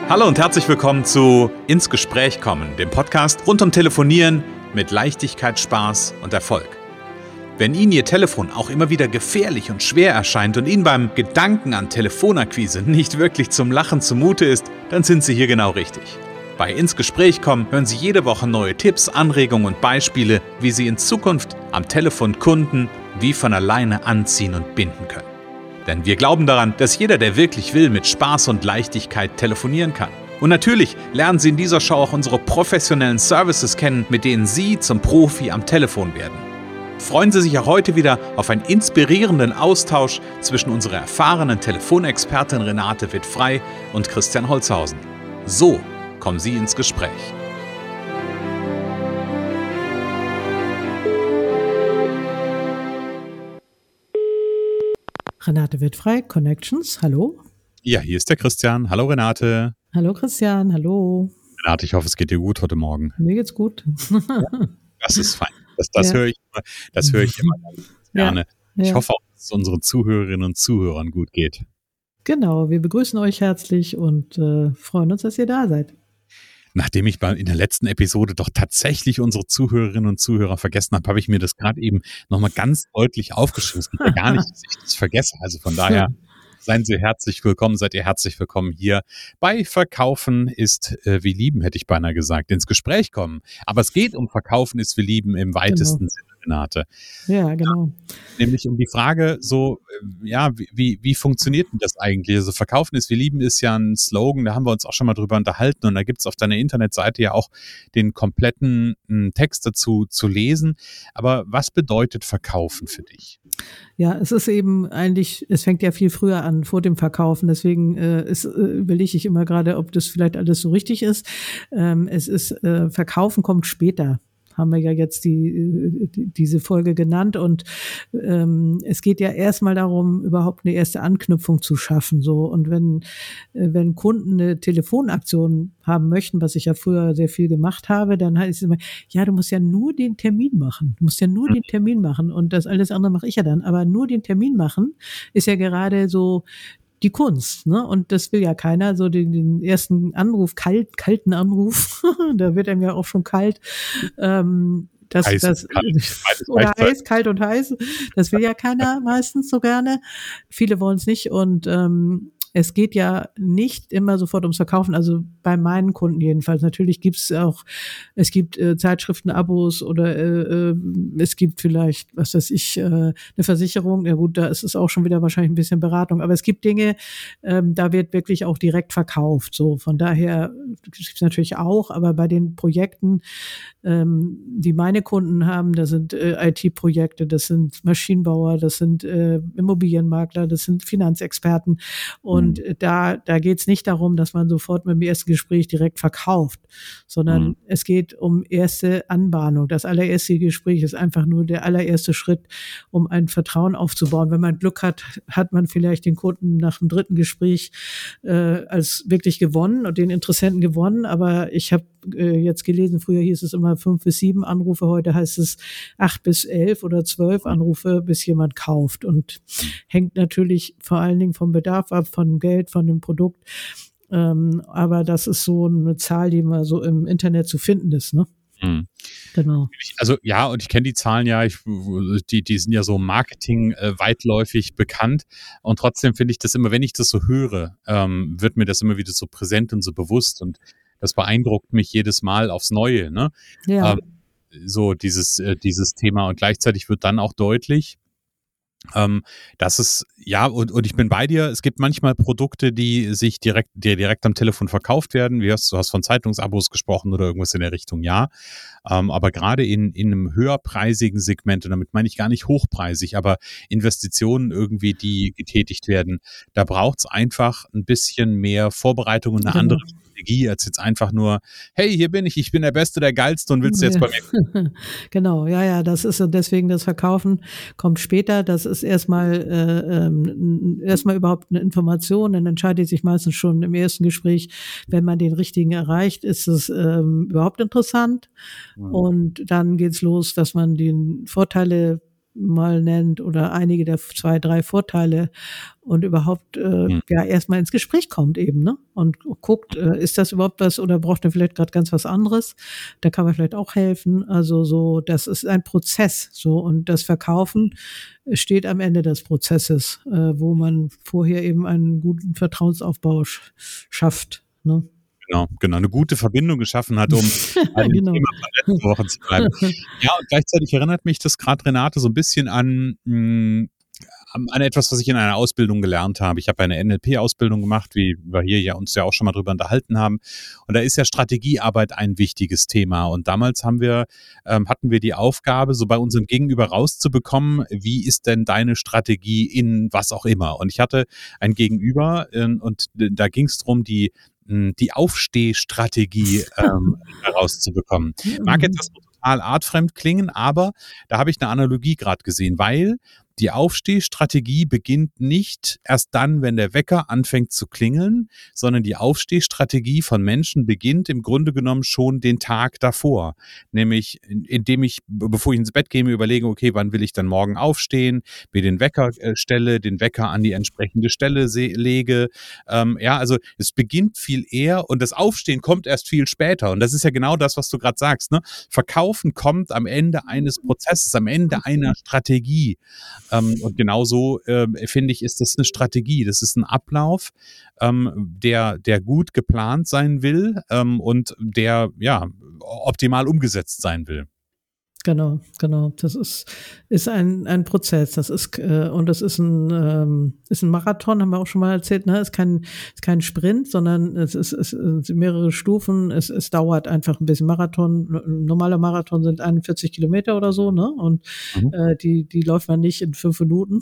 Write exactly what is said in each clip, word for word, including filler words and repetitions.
Hallo und herzlich willkommen zu Ins Gespräch kommen, dem Podcast rund um Telefonieren mit Leichtigkeit, Spaß und Erfolg. Wenn Ihnen Ihr Telefon auch immer wieder gefährlich und schwer erscheint und Ihnen beim Gedanken an Telefonakquise nicht wirklich zum Lachen zumute ist, dann sind Sie hier genau richtig. Bei Ins Gespräch kommen hören Sie jede Woche neue Tipps, Anregungen und Beispiele, wie Sie in Zukunft am Telefon Kunden wie von alleine anziehen und binden können. Denn wir glauben daran, dass jeder, der wirklich will, mit Spaß und Leichtigkeit telefonieren kann. Und natürlich lernen Sie in dieser Show auch unsere professionellen Services kennen, mit denen Sie zum Profi am Telefon werden. Freuen Sie sich auch heute wieder auf einen inspirierenden Austausch zwischen unserer erfahrenen Telefonexpertin Renate Witt-Frey und Christian Holzhausen. So kommen Sie ins Gespräch. Renate Witt-Frey, Connections, hallo. Ja, hier ist der Christian. Hallo Renate. Hallo Christian, hallo. Renate, ich hoffe, es geht dir gut heute Morgen. Mir geht's gut. Ja, das ist fein. Das, das, ja. höre, ich immer, das höre ich immer ganz gerne. Ja, ich ja. hoffe auch, dass es unseren Zuhörerinnen und Zuhörern gut geht. Genau, wir begrüßen euch herzlich und äh, freuen uns, dass ihr da seid. Nachdem ich in der letzten Episode doch tatsächlich unsere Zuhörerinnen und Zuhörer vergessen habe, habe ich mir das gerade eben nochmal ganz deutlich aufgeschrieben. Es geht ja gar nicht, dass ich das vergesse. Also von daher seien Sie herzlich willkommen, seid ihr herzlich willkommen hier bei Verkaufen ist äh, wie Lieben, hätte ich beinahe gesagt, ins Gespräch kommen. Aber es geht um Verkaufen ist wie Lieben im weitesten genau. Sinne, Renate. Ja, genau. Nämlich um die Frage so, ja, wie, wie funktioniert denn das eigentlich? Also Verkaufen ist wie Lieben ist ja ein Slogan, da haben wir uns auch schon mal drüber unterhalten und da gibt es auf deiner Internetseite ja auch den kompletten m, Text dazu zu lesen. Aber was bedeutet Verkaufen für dich? Ja, es ist eben eigentlich, es fängt ja viel früher an, vor dem Verkaufen. Deswegen äh, ist, äh, überlege ich immer gerade, ob das vielleicht alles so richtig ist. Ähm, es ist, äh, Verkaufen kommt später. Haben wir ja jetzt die, die diese Folge genannt und ähm, es geht ja erstmal darum, überhaupt eine erste Anknüpfung zu schaffen, so. Und wenn äh, wenn Kunden eine Telefonaktion haben möchten, was ich ja früher sehr viel gemacht habe, dann heißt es immer, ja, du musst ja nur den Termin machen, du musst ja nur den Termin machen und das alles andere mache ich ja dann, aber nur den Termin machen ist ja gerade so die Kunst, ne? Und das will ja keiner, so den, den ersten Anruf, kalt, kalten Anruf, da wird einem ja auch schon kalt, ähm, das, heiß, das, kalt, oder heiß, kalt und heiß, das will ja keiner meistens so gerne. Viele wollen es nicht und ähm, es geht ja nicht immer sofort ums Verkaufen, also bei meinen Kunden jedenfalls. Natürlich gibt es auch, es gibt äh, Zeitschriften-Abos oder äh, äh, es gibt vielleicht, was weiß ich, äh, eine Versicherung. Ja gut, da ist es auch schon wieder wahrscheinlich ein bisschen Beratung. Aber es gibt Dinge, ähm, da wird wirklich auch direkt verkauft. So, von daher gibt es natürlich auch, aber bei den Projekten, ähm, die meine Kunden haben, das sind äh, I T-Projekte, das sind Maschinenbauer, das sind äh, Immobilienmakler, das sind Finanzexperten und Und da, da geht es nicht darum, dass man sofort mit dem ersten Gespräch direkt verkauft, sondern mhm. es geht um erste Anbahnung. Das allererste Gespräch ist einfach nur der allererste Schritt, um ein Vertrauen aufzubauen. Wenn man Glück hat, hat man vielleicht den Kunden nach dem dritten Gespräch äh, als wirklich gewonnen und den Interessenten gewonnen. Aber ich habe äh, jetzt gelesen, früher hieß es immer fünf bis sieben Anrufe, heute heißt es acht bis elf oder zwölf Anrufe, bis jemand kauft. Und hängt natürlich vor allen Dingen vom Bedarf ab, von Geld, von dem Produkt. Ähm, aber das ist so eine Zahl, die mal so im Internet zu finden ist, ne? Mhm. Genau. Also ja, und ich kenne die Zahlen ja, ich, die, die sind ja so Marketing äh, weitläufig bekannt und trotzdem finde ich das immer, wenn ich das so höre, ähm, wird mir das immer wieder so präsent und so bewusst und das beeindruckt mich jedes Mal aufs Neue, ne? Ja. Ähm, so dieses, äh, dieses Thema und gleichzeitig wird dann auch deutlich, Ähm, das ist, ja, und, und ich bin bei dir, es gibt manchmal Produkte, die sich direkt, die direkt am Telefon verkauft werden. Wie hast, du hast von Zeitungsabos gesprochen oder irgendwas in der Richtung, ja. Ähm, aber gerade in, in einem höherpreisigen Segment, und damit meine ich gar nicht hochpreisig, aber Investitionen irgendwie, die getätigt werden, da braucht es einfach ein bisschen mehr Vorbereitung und eine Genau. andere Strategie, als jetzt einfach nur, hey, hier bin ich, ich bin der Beste, der Geilste und willst du jetzt Ja. bei mir? Genau, ja, ja, das ist und deswegen das Verkaufen kommt später. Das ist erstmal äh, ähm, erstmal überhaupt eine Information. Dann entscheidet sich meistens schon im ersten Gespräch, wenn man den richtigen erreicht, ist es ähm, überhaupt interessant. Mhm. Und dann geht's los, dass man die Vorteile mal nennt oder einige der zwei, drei Vorteile und überhaupt äh, Mhm. ja erstmal ins Gespräch kommt eben, ne? Und guckt, äh, ist das überhaupt was oder braucht er vielleicht gerade ganz was anderes? Da kann man vielleicht auch helfen. Also so, das ist ein Prozess so und das Verkaufen steht am Ende des Prozesses, äh, wo man vorher eben einen guten Vertrauensaufbau sch- schafft, ne? Genau, genau, eine gute Verbindung geschaffen hat, um bei dem Genau. Thema von letzter Woche zu bleiben. Ja, und gleichzeitig erinnert mich das gerade, Renate, so ein bisschen an hm, an an etwas, was ich in einer Ausbildung gelernt habe. Ich habe eine N L P-Ausbildung gemacht, wie wir hier ja uns ja auch schon mal drüber unterhalten haben. Und da ist ja Strategiearbeit ein wichtiges Thema. Und damals haben wir, ähm, hatten wir die Aufgabe, so bei unserem Gegenüber rauszubekommen, wie ist denn deine Strategie in was auch immer. Und ich hatte ein Gegenüber äh, und da ging es darum, die mh, die Aufstehstrategie ähm, herauszubekommen. Mag jetzt das total artfremd klingen, aber da habe ich eine Analogie gerade gesehen, weil die Aufstehstrategie beginnt nicht erst dann, wenn der Wecker anfängt zu klingeln, sondern die Aufstehstrategie von Menschen beginnt im Grunde genommen schon den Tag davor. Nämlich, in- indem ich, be- bevor ich ins Bett gehe, mir überlege, okay, wann will ich dann morgen aufstehen, mir den Wecker äh, stelle, den Wecker an die entsprechende Stelle se- lege. Ähm, ja, also es beginnt viel eher und das Aufstehen kommt erst viel später. Und das ist ja genau das, was du gerade sagst. Ne? Verkaufen kommt am Ende eines Prozesses, am Ende einer Strategie. Ähm, und genauso ähm, finde ich, ist das eine Strategie. Das ist ein Ablauf, ähm, der, der gut geplant sein will ähm, und der ja optimal umgesetzt sein will. Genau, genau. Das ist, ist ein, ein Prozess. Das ist, äh, und das ist ein, ähm, ist ein Marathon, haben wir auch schon mal erzählt, ne? Ist kein, ist kein Sprint, sondern es ist, es sind mehrere Stufen. Es, es dauert einfach ein bisschen. Marathon, ein normaler Marathon sind einundvierzig Kilometer oder so, ne? Und, Mhm. äh, die, die läuft man nicht in fünf Minuten.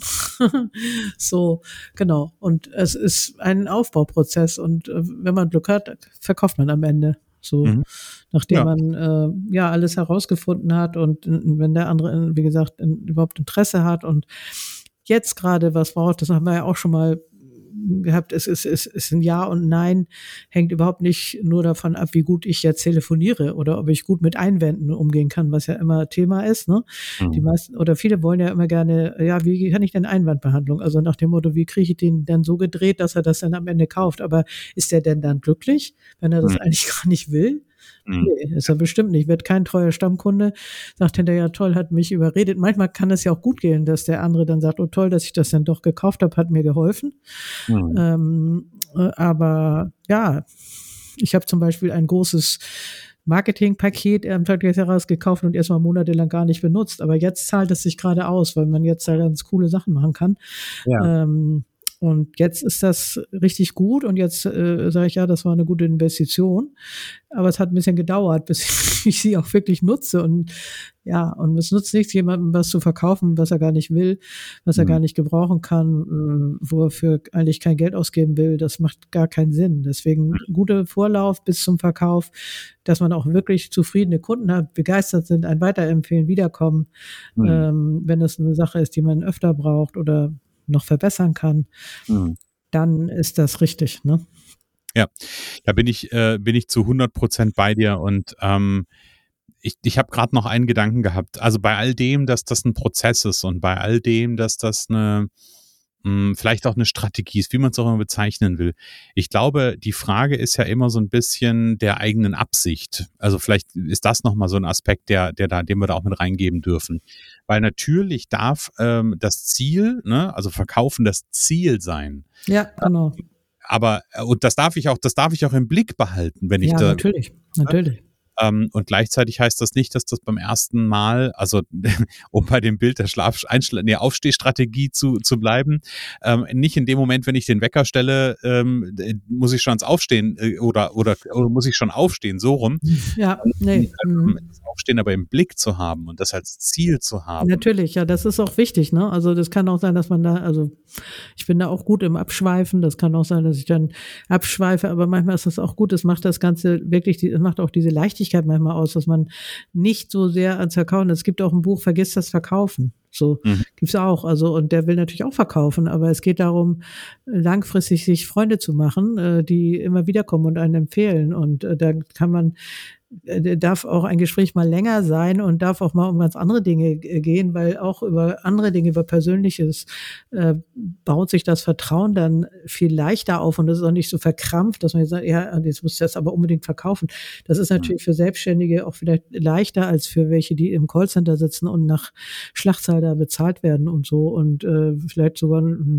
So, genau. Und es ist ein Aufbauprozess und äh, wenn man Glück hat, verkauft man am Ende. So, Mhm. nachdem Ja. man äh, ja alles herausgefunden hat und äh, wenn der andere, äh, wie gesagt, in, überhaupt Interesse hat und jetzt gerade was braucht, das haben wir ja auch schon mal gehabt, es ist, es ist ein Ja und Nein, hängt überhaupt nicht nur davon ab, wie gut ich jetzt telefoniere oder ob ich gut mit Einwänden umgehen kann, was ja immer Thema ist, ne? Die Mhm. meisten oder viele wollen ja immer gerne, ja, wie kann ich denn Einwandbehandlung? Also nach dem Motto, wie kriege ich den dann so gedreht, dass er das dann am Ende kauft? Aber ist der denn dann glücklich, wenn er das Mhm. eigentlich gar nicht will? Mhm. Nee, ist er bestimmt nicht. Wird kein treuer Stammkunde, sagt hinterher, toll, hat mich überredet. Manchmal kann es ja auch gut gehen, dass der andere dann sagt, oh toll, dass ich das dann doch gekauft habe, hat mir geholfen. Mhm. Ähm, äh, aber ja, ich habe zum Beispiel ein großes Marketingpaket am Tag des Jahres gekauft und erstmal monatelang gar nicht benutzt. Aber jetzt zahlt es sich gerade aus, weil man jetzt da ganz coole Sachen machen kann. Ja. Ähm, und jetzt ist das richtig gut und jetzt äh, sage ich, ja, das war eine gute Investition. Aber es hat ein bisschen gedauert, bis ich sie auch wirklich nutze. Und ja, und es nutzt nichts, jemandem was zu verkaufen, was er gar nicht will, was er Mhm. gar nicht gebrauchen kann, äh, wo er für eigentlich kein Geld ausgeben will. Das macht gar keinen Sinn. Deswegen guter Vorlauf bis zum Verkauf, dass man auch wirklich zufriedene Kunden hat, begeistert sind, ein Weiterempfehlen, wiederkommen, Mhm. ähm, wenn es eine Sache ist, die man öfter braucht oder noch verbessern kann, Mhm. dann ist das richtig, ne? Ja, da bin ich, äh, bin ich zu hundert Prozent bei dir und ähm, ich, ich habe gerade noch einen Gedanken gehabt. Also bei all dem, dass das ein Prozess ist und bei all dem, dass das eine mh, vielleicht auch eine Strategie ist, wie man es auch immer bezeichnen will. Ich glaube, die Frage ist ja immer so ein bisschen der eigenen Absicht. Also vielleicht ist das nochmal so ein Aspekt, der, der da, den wir da auch mit reingeben dürfen. Weil natürlich darf ähm, das Ziel, ne, also Verkaufen das Ziel sein. Ja, genau. Aber, äh, und das darf ich auch, das darf ich auch im Blick behalten, wenn ich Ja, da, natürlich, natürlich. ähm, und gleichzeitig heißt das nicht, dass das beim ersten Mal, also um bei dem Bild der Schlaf Einschla nee, Aufstehstrategie zu, zu bleiben, ähm, nicht in dem Moment, wenn ich den Wecker stelle, ähm, äh, muss ich schon ans Aufstehen äh, oder, oder, oder muss ich schon aufstehen, so rum. Ja, Ähm, nee. Mhm. Das Aufstehen aber im Blick zu haben und das als Ziel zu haben. Natürlich, ja, das ist auch wichtig, ne? Also das kann auch sein, dass man da, also ich bin da auch gut im Abschweifen. Das kann auch sein, dass ich dann abschweife, aber manchmal ist das auch gut. Es macht das Ganze wirklich, es macht auch diese Leichtigkeit manchmal aus, dass man nicht so sehr ans Verkaufen. Es gibt auch ein Buch, Vergiss das Verkaufen. So Mhm. gibt's auch. Also und der will natürlich auch verkaufen, aber es geht darum, langfristig sich Freunde zu machen, äh, die immer wieder kommen und einen empfehlen. Und äh, da kann man äh, darf auch ein Gespräch mal länger sein und darf auch mal um ganz andere Dinge äh, gehen, weil auch über andere Dinge, über Persönliches äh, baut sich das Vertrauen dann viel leichter auf und das ist auch nicht so verkrampft, dass man jetzt sagt, ja, jetzt muss ich das aber unbedingt verkaufen. Das ist natürlich für Selbstständige auch vielleicht leichter als für welche, die im Callcenter sitzen und nach Schlachtzahl da bezahlt werden und so und äh, vielleicht sogar ein,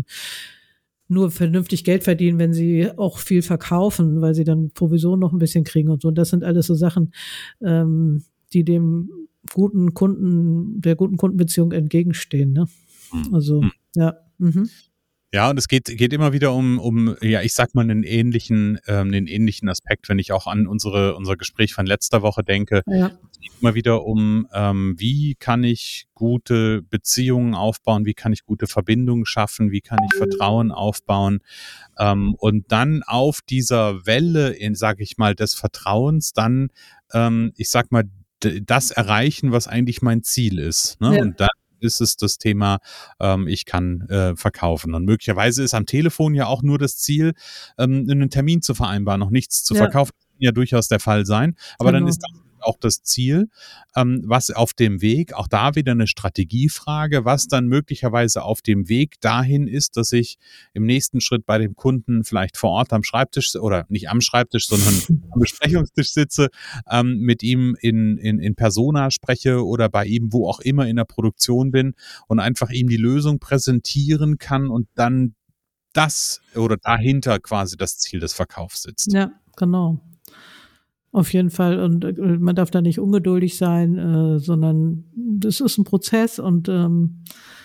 nur vernünftig Geld verdienen, wenn sie auch viel verkaufen, weil sie dann Provision noch ein bisschen kriegen und so. Und das sind alles so Sachen, ähm, die dem guten Kunden, der guten Kundenbeziehung entgegenstehen. Ne? Also, ja. Mhm. Ja, und es geht, geht immer wieder um, um, ja, ich sag mal, einen ähnlichen, ähm, einen ähnlichen Aspekt, wenn ich auch an unsere, unser Gespräch von letzter Woche denke. Ja. Es geht immer wieder um, ähm, wie kann ich gute Beziehungen aufbauen, wie kann ich gute Verbindungen schaffen, wie kann ich Vertrauen aufbauen, ähm, und dann auf dieser Welle, in, sag ich mal, des Vertrauens, dann, ähm, ich sag mal, d- das erreichen, was eigentlich mein Ziel ist, ne? Ja. Und dann ist es das Thema, ähm, ich kann äh, verkaufen. Und möglicherweise ist am Telefon ja auch nur das Ziel, ähm, einen Termin zu vereinbaren, noch nichts zu Ja. verkaufen. Das kann ja durchaus der Fall sein. Aber Genau. dann ist das auch das Ziel, ähm, was auf dem Weg, auch da wieder eine Strategiefrage, was dann möglicherweise auf dem Weg dahin ist, dass ich im nächsten Schritt bei dem Kunden vielleicht vor Ort am Schreibtisch oder nicht am Schreibtisch, sondern am Besprechungstisch sitze, ähm, mit ihm in, in, in Persona spreche oder bei ihm, wo auch immer in der Produktion bin und einfach ihm die Lösung präsentieren kann und dann das oder dahinter quasi das Ziel des Verkaufs sitzt. Ja, genau. Auf jeden Fall. Und äh, man darf da nicht ungeduldig sein, äh, sondern das ist ein Prozess und ähm,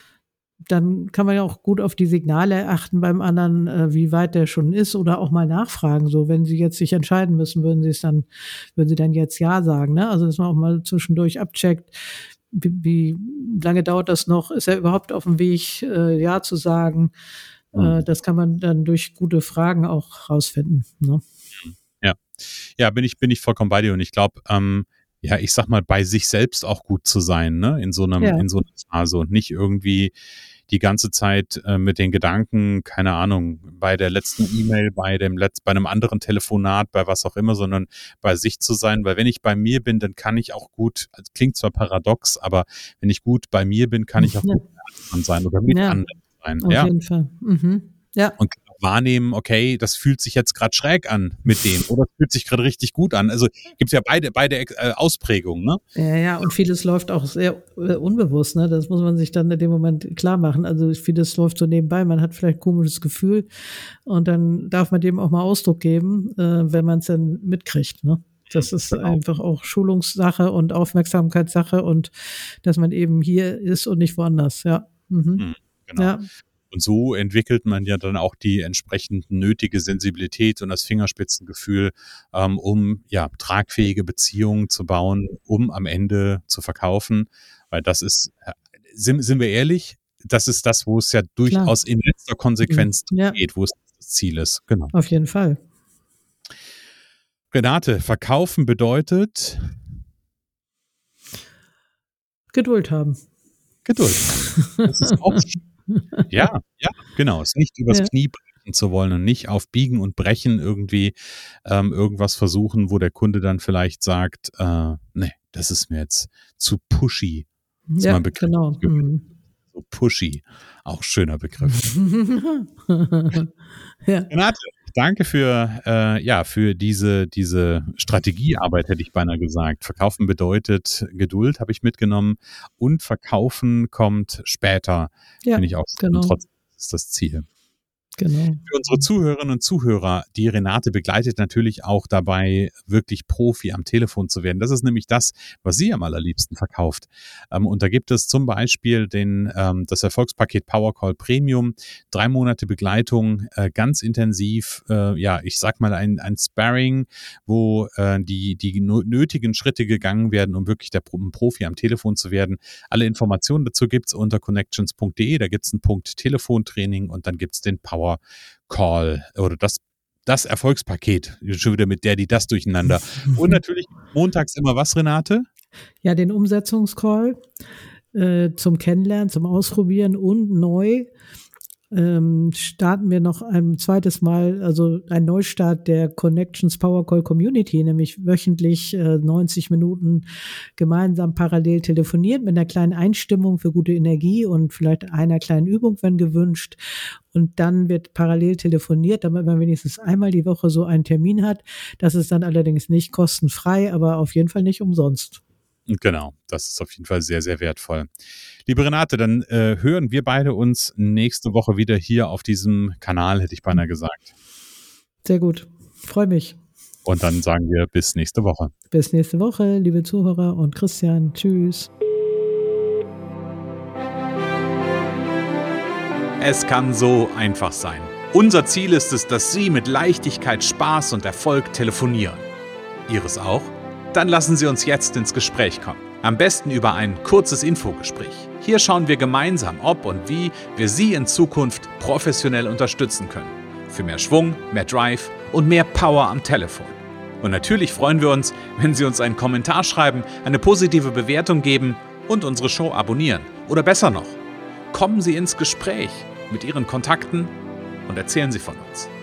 dann kann man ja auch gut auf die Signale achten beim anderen, äh, wie weit der schon ist oder auch mal nachfragen. So, wenn Sie jetzt sich entscheiden müssen, würden Sie es dann, würden Sie dann jetzt Ja sagen, ne? Also, dass man auch mal zwischendurch abcheckt, wie, wie lange dauert das noch? Ist er überhaupt auf dem Weg, äh, Ja zu sagen? Äh, Mhm. das kann man dann durch gute Fragen auch rausfinden, ne? Ja, ja, bin ich, bin ich vollkommen bei dir und ich glaube, ähm, ja, ich sag mal, bei sich selbst auch gut zu sein, ne, in so einem, Ja. in so einer Phase und nicht irgendwie die ganze Zeit äh, mit den Gedanken, keine Ahnung, bei der letzten E-Mail, bei dem Letz-, bei einem anderen Telefonat, bei was auch immer, sondern bei sich zu sein, weil wenn ich bei mir bin, dann kann ich auch gut, also klingt zwar paradox, aber wenn ich gut bei mir bin, kann ich auch Ja. gut mit anderen sein oder mit Ja. anderen sein, Auf ja. jeden Fall. Mhm. Ja. Und wahrnehmen, okay, das fühlt sich jetzt gerade schräg an mit dem oder fühlt sich gerade richtig gut an. Also gibt es ja beide, beide äh, Ausprägungen, ne? Ja, ja, und vieles läuft auch sehr äh, unbewusst, ne? Das muss man sich dann in dem Moment klar machen. Also vieles läuft so nebenbei, man hat vielleicht ein komisches Gefühl und dann darf man dem auch mal Ausdruck geben, äh, wenn man es dann mitkriegt, ne? Das ist Genau. einfach auch Schulungssache und Aufmerksamkeitssache und dass man eben hier ist und nicht woanders, ja. Mhm. Mhm, genau. Ja. Und so entwickelt man ja dann auch die entsprechend nötige Sensibilität und das Fingerspitzengefühl, ähm, um ja tragfähige Beziehungen zu bauen, um am Ende zu verkaufen. Weil das ist, äh, sind, sind wir ehrlich, das ist das, wo es ja durchaus in letzter Konsequenz Ja. geht, wo es das Ziel ist. Genau. Auf jeden Fall. Renate, verkaufen bedeutet Geduld haben. Geduld. Das ist auch ja, ja, genau. Es nicht übers Ja. Knie brechen zu wollen und nicht auf Biegen und Brechen irgendwie ähm, irgendwas versuchen, wo der Kunde dann vielleicht sagt, äh, nee, das ist mir jetzt zu pushy. Das ist Ja, mal ein Begriff. genau. Mhm. So pushy. Auch schöner Begriff. Ja. Renate, danke für, äh, ja, für diese, diese Strategiearbeit, hätte ich beinahe gesagt. Verkaufen bedeutet Geduld, habe ich mitgenommen. Und Verkaufen kommt später. Ja, Finde ich auch. genau. Und trotzdem ist das Ziel. Genau. Für unsere Zuhörerinnen und Zuhörer, die Renate begleitet natürlich auch dabei, wirklich Profi am Telefon zu werden. Das ist nämlich das, was sie am allerliebsten verkauft. Ähm, und da gibt es zum Beispiel den, ähm, das Erfolgspaket Powercall Premium, drei Monate Begleitung, äh, ganz intensiv, äh, ja, ich sag mal ein, ein Sparring, wo äh, die, die nötigen Schritte gegangen werden, um wirklich der um Profi am Telefon zu werden. Alle Informationen dazu gibt's unter connections punkt de, da gibt's einen Punkt Telefontraining und dann gibt's den Power Call oder das, das Erfolgspaket. Schon wieder mit der, die das durcheinander. Und natürlich montags immer was, Renate? Ja, den Umsetzungscall äh, zum Kennenlernen, zum Ausprobieren und neu ähm, starten wir noch ein zweites Mal, also ein Neustart der Connections Power Call Community, nämlich wöchentlich äh, neunzig Minuten gemeinsam parallel telefoniert mit einer kleinen Einstimmung für gute Energie und vielleicht einer kleinen Übung, wenn gewünscht. Und dann wird parallel telefoniert, damit man wenigstens einmal die Woche so einen Termin hat. Das ist dann allerdings nicht kostenfrei, aber auf jeden Fall nicht umsonst. Genau, das ist auf jeden Fall sehr, sehr wertvoll. Liebe Renate, dann äh, hören wir beide uns nächste Woche wieder hier auf diesem Kanal, hätte ich beinahe gesagt. Sehr gut, freue mich. Und dann sagen wir bis nächste Woche. Bis nächste Woche, liebe Zuhörer und Christian. Tschüss. Es kann so einfach sein. Unser Ziel ist es, dass Sie mit Leichtigkeit, Spaß und Erfolg telefonieren. Ihres auch? Dann lassen Sie uns jetzt ins Gespräch kommen. Am besten über ein kurzes Infogespräch. Hier schauen wir gemeinsam, ob und wie wir Sie in Zukunft professionell unterstützen können. Für mehr Schwung, mehr Drive und mehr Power am Telefon. Und natürlich freuen wir uns, wenn Sie uns einen Kommentar schreiben, eine positive Bewertung geben und unsere Show abonnieren. Oder besser noch, kommen Sie ins Gespräch mit Ihren Kontakten und erzählen Sie von uns.